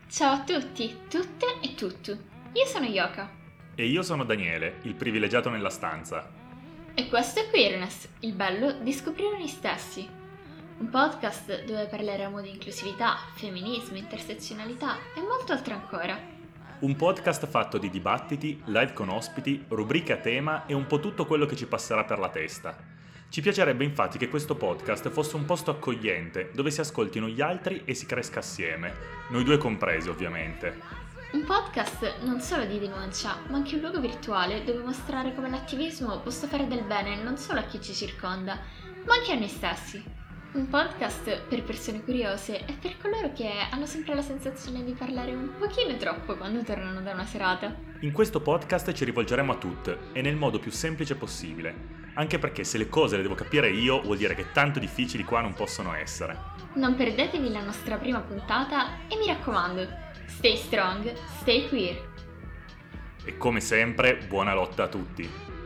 Ciao a tutti, tutte e tutto. Io sono Yoka. E io sono Daniele, il privilegiato nella stanza. E questo è Queerness, il bello di scoprire noi stessi. Un podcast dove parleremo di inclusività, femminismo, intersezionalità e molto altro ancora. Un podcast fatto di dibattiti, live con ospiti, rubriche a tema e un po' tutto quello che ci passerà per la testa. Ci piacerebbe infatti che questo podcast fosse un posto accogliente, dove si ascoltino gli altri e si cresca assieme, noi due compresi ovviamente. Un podcast non solo di denuncia, ma anche un luogo virtuale dove mostrare come l'attivismo possa fare del bene non solo a chi ci circonda, ma anche a noi stessi. Un podcast per persone curiose e per coloro che hanno sempre la sensazione di parlare un pochino troppo quando tornano da una serata. In questo podcast ci rivolgeremo a tutte e nel modo più semplice possibile, anche perché se le cose le devo capire io vuol dire che tanto difficili qua non possono essere. Non perdetevi la nostra prima puntata e mi raccomando, stay strong, stay queer. E come sempre, buona lotta a tutti!